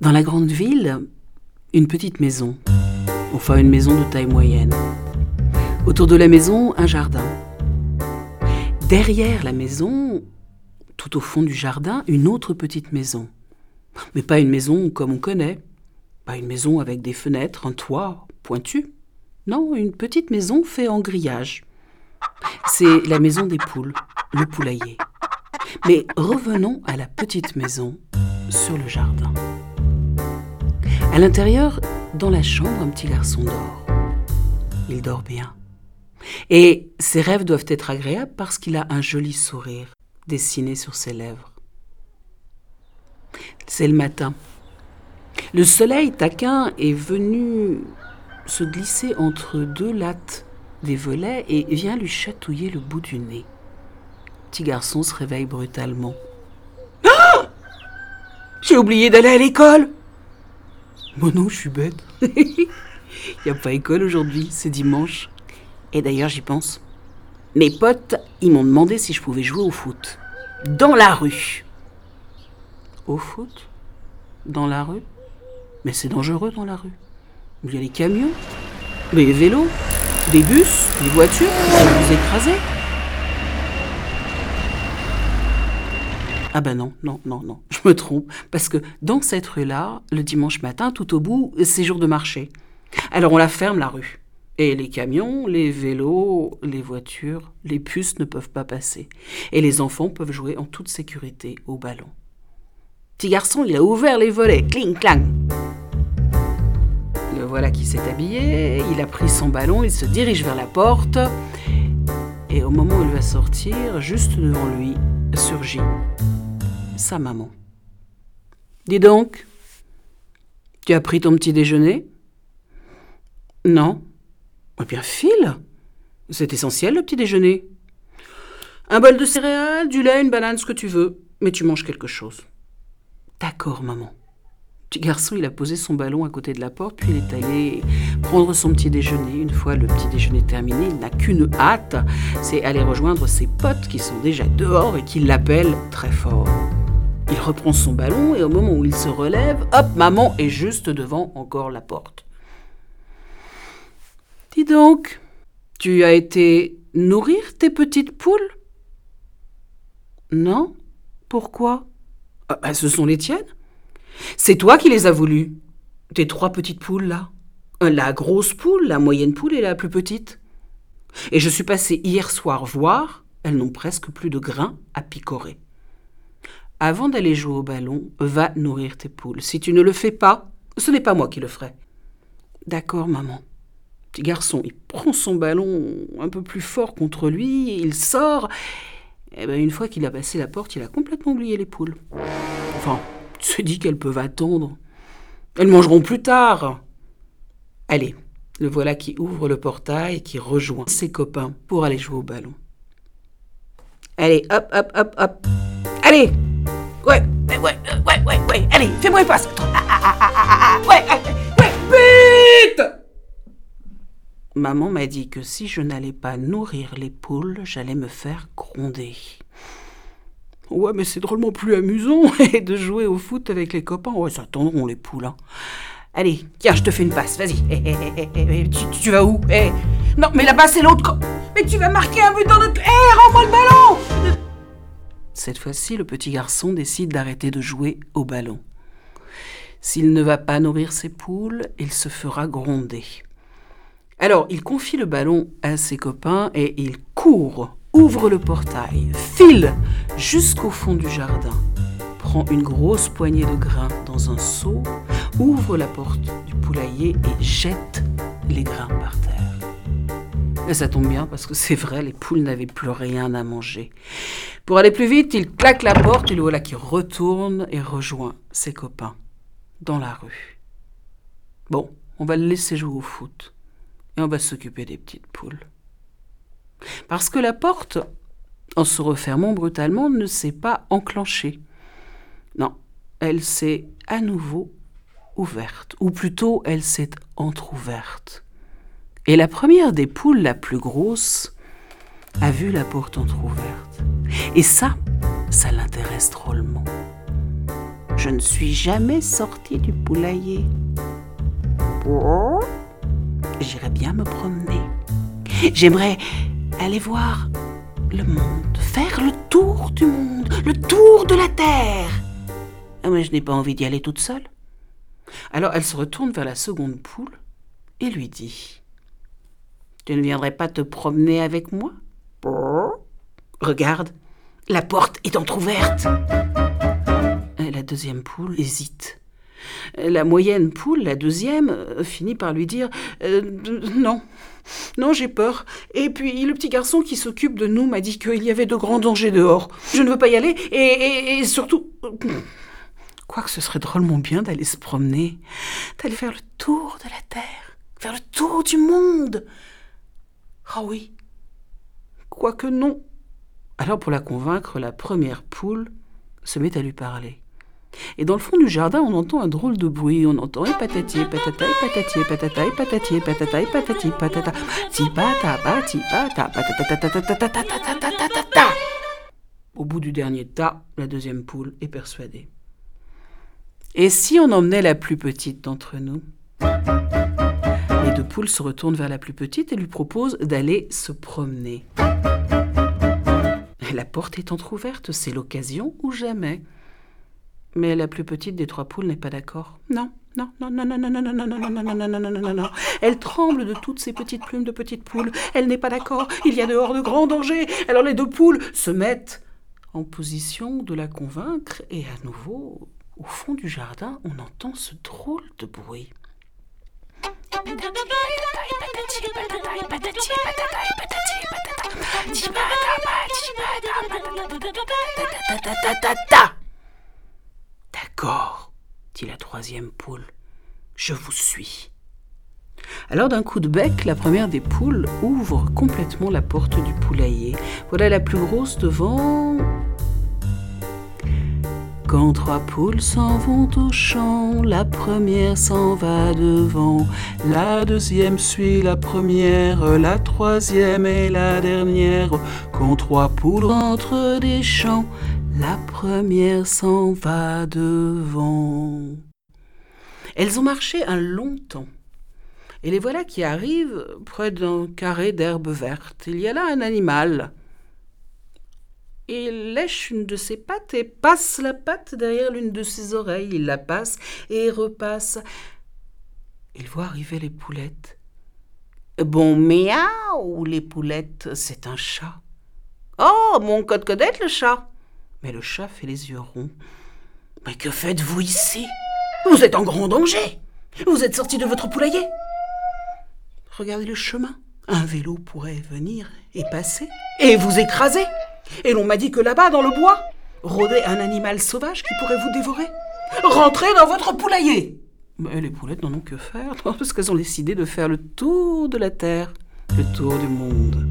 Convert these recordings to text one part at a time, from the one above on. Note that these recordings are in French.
Dans la grande ville, une petite maison, enfin une maison de taille moyenne. Autour de la maison, un jardin. Derrière la maison, tout au fond du jardin, une autre petite maison. Mais pas une maison comme on connaît, pas une maison avec des fenêtres, un toit pointu. Non, une petite maison faite en grillage. C'est la maison des poules, le poulailler. Mais revenons à la petite maison sur le jardin. À l'intérieur, dans la chambre, un petit garçon dort. Il dort bien. Et ses rêves doivent être agréables parce qu'il a un joli sourire dessiné sur ses lèvres. C'est le matin. Le soleil taquin est venu se glisser entre deux lattes des volets et vient lui chatouiller le bout du nez. Le petit garçon se réveille brutalement. Ah ! J'ai oublié d'aller à l'école. Bon non, je suis bête. Il n'y a pas école aujourd'hui, c'est dimanche. Et d'ailleurs, j'y pense. Mes potes, ils m'ont demandé si je pouvais jouer au foot. Dans la rue. Au foot ? Dans la rue ? Mais c'est dangereux dans la rue. Il y a les camions, les vélos, des bus, des voitures qui vont vous écraser. Ah ben non, je me trompe. Parce que dans cette rue-là, le dimanche matin, tout au bout, c'est jour de marché. Alors on la ferme, la rue. Et les camions, les vélos, les voitures, les puces ne peuvent pas passer. Et les enfants peuvent jouer en toute sécurité au ballon. Petit garçon, il a ouvert les volets, cling-clang. Le voilà qui s'est habillé, il a pris son ballon, il se dirige vers la porte. Et au moment où il va sortir, juste devant lui, surgit sa maman. Dis donc, tu as pris ton petit déjeuner ? Non. Eh bien, file. C'est essentiel, le petit déjeuner. Un bol de céréales, du lait, une banane, ce que tu veux. Mais tu manges quelque chose. D'accord, maman. Le petit garçon, il a posé son ballon à côté de la porte, puis il est allé prendre son petit déjeuner. Une fois le petit déjeuner terminé, il n'a qu'une hâte, c'est aller rejoindre ses potes qui sont déjà dehors et qui l'appellent très fort. Il reprend son ballon et au moment où il se relève, hop, maman est juste devant encore la porte. Dis donc, tu as été nourrir tes petites poules ? Non ? Pourquoi ? Ce sont les tiennes. C'est toi qui les as voulues. Tes 3 petites poules là. La grosse poule, la moyenne poule et la plus petite. Et je suis passée hier soir voir, elles n'ont presque plus de grains à picorer. Avant d'aller jouer au ballon, va nourrir tes poules. Si tu ne le fais pas, ce n'est pas moi qui le ferai. D'accord, maman. Petit garçon, il prend son ballon un peu plus fort contre lui, il sort. Et une fois qu'il a passé la porte, il a complètement oublié les poules. Enfin, il se dit qu'elles peuvent attendre. Elles mangeront plus tard. Allez, le voilà qui ouvre le portail et qui rejoint ses copains pour aller jouer au ballon. Allez, hop. Allez. Ouais. Allez, fais-moi une passe. Ouais, vite. Maman m'a dit que si je n'allais pas nourrir les poules, j'allais me faire gronder. Ouais, mais c'est drôlement plus amusant de jouer au foot avec les copains. Ouais, ça attendront les poules. Hein. Allez, tiens, je te fais une passe, vas-y. Tu vas où ? Non, mais là-bas, c'est l'autre. Mais tu vas marquer un but dans notre... rends-moi le ballon ! Cette fois-ci, le petit garçon décide d'arrêter de jouer au ballon. S'il ne va pas nourrir ses poules, il se fera gronder. Alors, il confie le ballon à ses copains et il court, ouvre le portail, file jusqu'au fond du jardin, prend une grosse poignée de grains dans un seau, ouvre la porte du poulailler et jette les grains par terre. Et ça tombe bien parce que c'est vrai, les poules n'avaient plus rien à manger. Pour aller plus vite, il claque la porte et le voilà qui retourne et rejoint ses copains dans la rue. Bon, on va le laisser jouer au foot. Et on va s'occuper des petites poules. Parce que la porte, en se refermant brutalement, ne s'est pas enclenchée. Non, elle s'est à nouveau ouverte. Ou plutôt, elle s'est entr'ouverte. Et la première des poules, la plus grosse, a vu la porte entr'ouverte. Et ça l'intéresse drôlement. je ne suis jamais sortie du poulailler. Oh, j'irais bien me promener. J'aimerais aller voir le monde, faire le tour du monde, le tour de la terre. Mais je n'ai pas envie d'y aller toute seule. Alors elle se retourne vers la seconde poule et lui dit : Tu ne viendrais pas te promener avec moi ? Regarde, la porte est entr'ouverte. La deuxième poule hésite. La moyenne poule, la deuxième, finit par lui dire non, j'ai peur. Et puis le petit garçon qui s'occupe de nous m'a dit qu'il y avait de grands dangers dehors. Je ne veux pas y aller et surtout... Quoique ce serait drôlement bien d'aller se promener, d'aller faire le tour de la terre, faire le tour du monde. Ah oui, quoique non. Alors pour la convaincre, la première poule se met à lui parler. Et dans le fond du jardin, on entend un drôle de bruit. On entend patati, patata, patati, patata, patati, patata, patati, patata, tipata, patipata, patata. Au bout du dernier tas, la deuxième poule est persuadée. Et si on emmenait la plus petite d'entre nous ? Les deux poules se retournent vers la plus petite et lui proposent d'aller se promener. La porte est entr'ouverte, c'est l'occasion ou jamais. Mais la plus petite des trois poules n'est pas d'accord. Non. Elle tremble de toutes ses petites plumes de petite poule. Elle n'est pas d'accord. Il y a dehors de grands dangers. Alors les deux poules se mettent en position de la convaincre et à nouveau, au fond du jardin, on entend ce drôle de bruit. D'accord, dit la troisième poule, je vous suis. Alors d'un coup de bec, la première des poules ouvre complètement la porte du poulailler. Voilà la plus grosse devant. Quand trois poules s'en vont au champ, la première s'en va devant, la deuxième suit la première, la troisième est la dernière. Quand trois poules rentrent des champs, la première s'en va devant. Elles ont marché un long temps, et les voilà qui arrivent près d'un carré d'herbe verte. Il y a là un animal. Il lèche une de ses pattes et passe la patte derrière l'une de ses oreilles. Il la passe et repasse. Il voit arriver les poulettes. Bon, miaou, les poulettes, c'est un chat. Oh, mon code-codette, le chat. Mais le chat fait les yeux ronds. Mais que faites-vous ici ? Vous êtes en grand danger. Vous êtes sorti de votre poulailler. Regardez le chemin. Un vélo pourrait venir et passer et vous écraser. Et l'on m'a dit que là-bas, dans le bois, rôdait un animal sauvage qui pourrait vous dévorer. Rentrez dans votre poulailler. Mais les poulettes n'en ont que faire, parce qu'elles ont décidé de faire le tour de la terre, le tour du monde.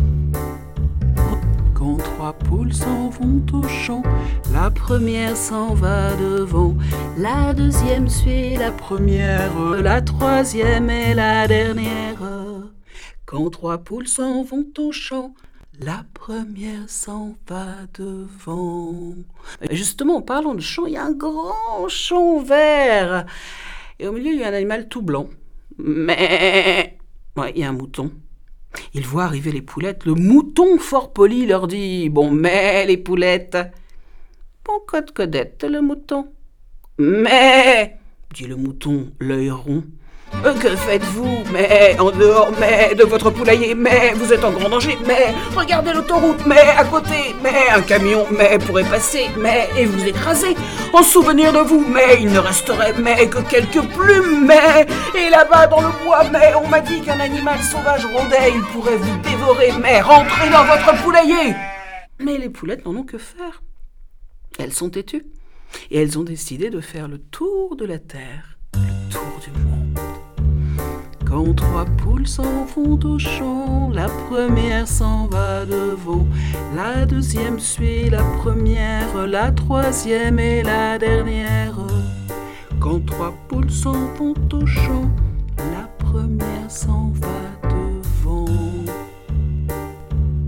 Quand trois poules s'en vont au champ, la première s'en va devant, la deuxième suit la première, la troisième est la dernière. Quand trois poules s'en vont au champ, la première s'en va devant. Justement, en parlant de champ, il y a un grand champ vert. Et au milieu, il y a un animal tout blanc. Mais ouais, il y a un mouton. Il voit arriver les poulettes. Le mouton, fort poli, leur dit : Bon, mais les poulettes. Bon, code-codette, le mouton. Mais, dit le mouton, l'œil rond. Que faites-vous, mais en dehors, mais de votre poulailler, mais vous êtes en grand danger, mais regardez l'autoroute, mais à côté, mais un camion, mais pourrait passer, mais et vous écraser. En souvenir de vous, mais il ne resterait mais que quelques plumes, mais et là-bas dans le bois, mais on m'a dit qu'un animal sauvage rôdait, il pourrait vous dévorer, mais rentrez dans votre poulailler. Mais les poulettes n'en ont que faire. Elles sont têtues et elles ont décidé de faire le tour de la terre, le tour du monde. Quand trois poules s'en vont au champ, la première s'en va devant, la deuxième suit la première, la troisième est la dernière. Quand trois poules s'en vont au champ, la première s'en va devant.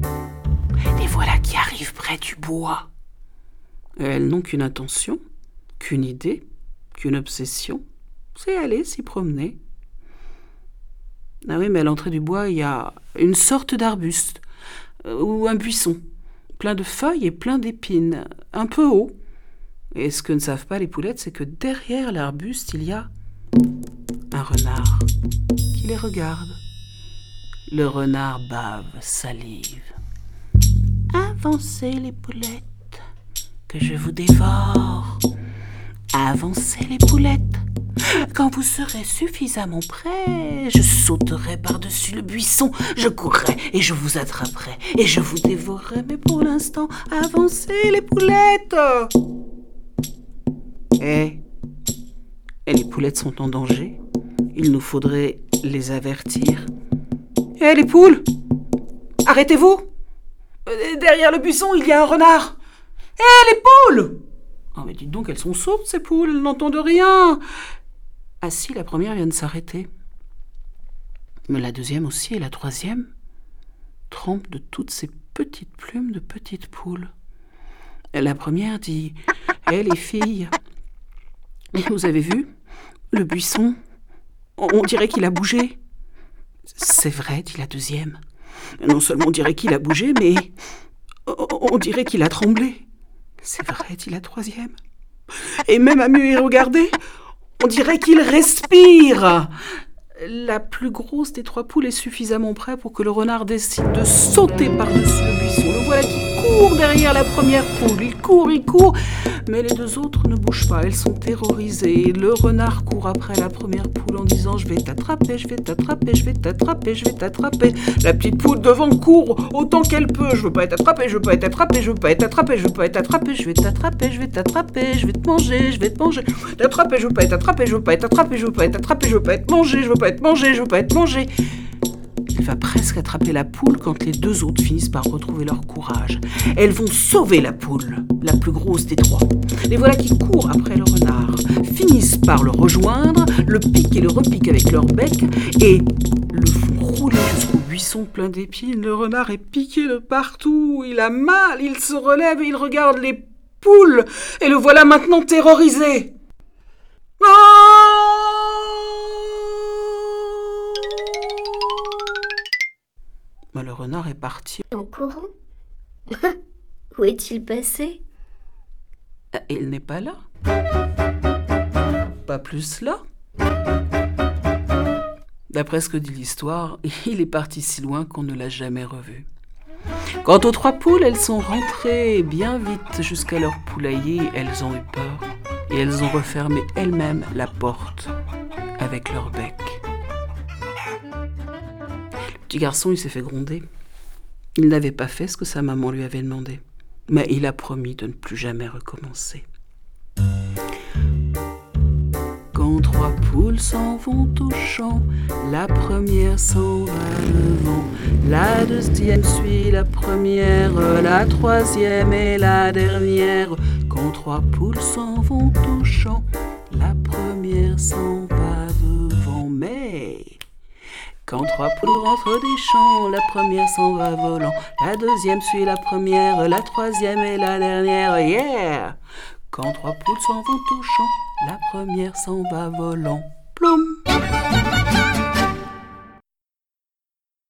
Les voilà qui arrivent près du bois. Elles n'ont qu'une intention, qu'une idée, qu'une obsession, c'est aller s'y promener. Ah oui, mais à l'entrée du bois, il y a une sorte d'arbuste, ou un buisson, plein de feuilles et plein d'épines, un peu haut. Et ce que ne savent pas les poulettes, c'est que derrière l'arbuste, il y a un renard qui les regarde. Le renard bave, salive. Avancez les poulettes, que je vous dévore. Avancez les poulettes. Quand vous serez suffisamment près, je sauterai par-dessus le buisson, je courrai et je vous attraperai et je vous dévorerai. Mais pour l'instant, avancez les poulettes. Et les poulettes sont en danger. Il nous faudrait les avertir. Les poules, arrêtez-vous. Derrière le buisson, il y a un renard. Les poules! Oh, mais dites donc, elles sont sourdes, ces poules, elles n'entendent rien. Ah si, la première vient de s'arrêter. Mais la deuxième aussi et la troisième trempent de toutes ces petites plumes de petites poules. Et la première dit « les filles, vous avez vu le buisson? On dirait qu'il a bougé. » C'est vrai, dit la deuxième. Non seulement on dirait qu'il a bougé, mais on dirait qu'il a tremblé. C'est vrai, dit la troisième. Et même à mieux y regarder, on dirait qu'il respire. La plus grosse des trois poules est suffisamment près pour que le renard décide de sauter par-dessus le buisson. Le voilà qui court derrière la première poule. Il court, mais les deux autres ne bougent pas. Elles sont terrorisées. Le renard court après la première poule en disant « Je vais t'attraper, je vais t'attraper, je vais t'attraper, je vais t'attraper ». La petite poule devant court autant qu'elle peut. « Je veux pas être attrapée, je veux pas être attrapée, je veux pas être attrapée, je veux pas être attrapée, je vais t'attraper, je vais t'attraper, je vais te manger, je vais te manger. T'attraper, je veux pas être attrapée, je veux pas être attrapée, je veux pas être attrapée, je veux pas être mangée, je veux pas être mangée, je veux pas être mangée. » Il va presque attraper la poule quand les deux autres finissent par retrouver leur courage. Elles vont sauver la poule, la plus grosse des trois. Les voilà qui courent après le renard, finissent par le rejoindre, le piquent et le repiquent avec leur bec et le font rouler jusqu'au buisson plein d'épines. Le renard est piqué de partout, il a mal, il se relève et il regarde les poules et le voilà maintenant terrorisé. Mais le renard est parti. En courant. Où est-il passé? Il n'est pas là. Pas plus là. D'après ce que dit l'histoire, il est parti si loin qu'on ne l'a jamais revu. Quant aux trois poules, elles sont rentrées bien vite jusqu'à leur poulailler. Elles ont eu peur et elles ont refermé elles-mêmes la porte avec leur bec. Le petit garçon, il s'est fait gronder. Il n'avait pas fait ce que sa maman lui avait demandé. Mais il a promis de ne plus jamais recommencer. Quand trois poules s'en vont au champ, la première s'en va devant, la deuxième suit la première, la troisième et la dernière. Quand trois poules s'en vont au champ, la première s'en va devant, mais... Quand trois poules rentrent des champs, la première s'en va volant, la deuxième suit la première, la troisième et la dernière, yeah! Quand trois poules s'en vont au champ, la première s'en va volant, ploum!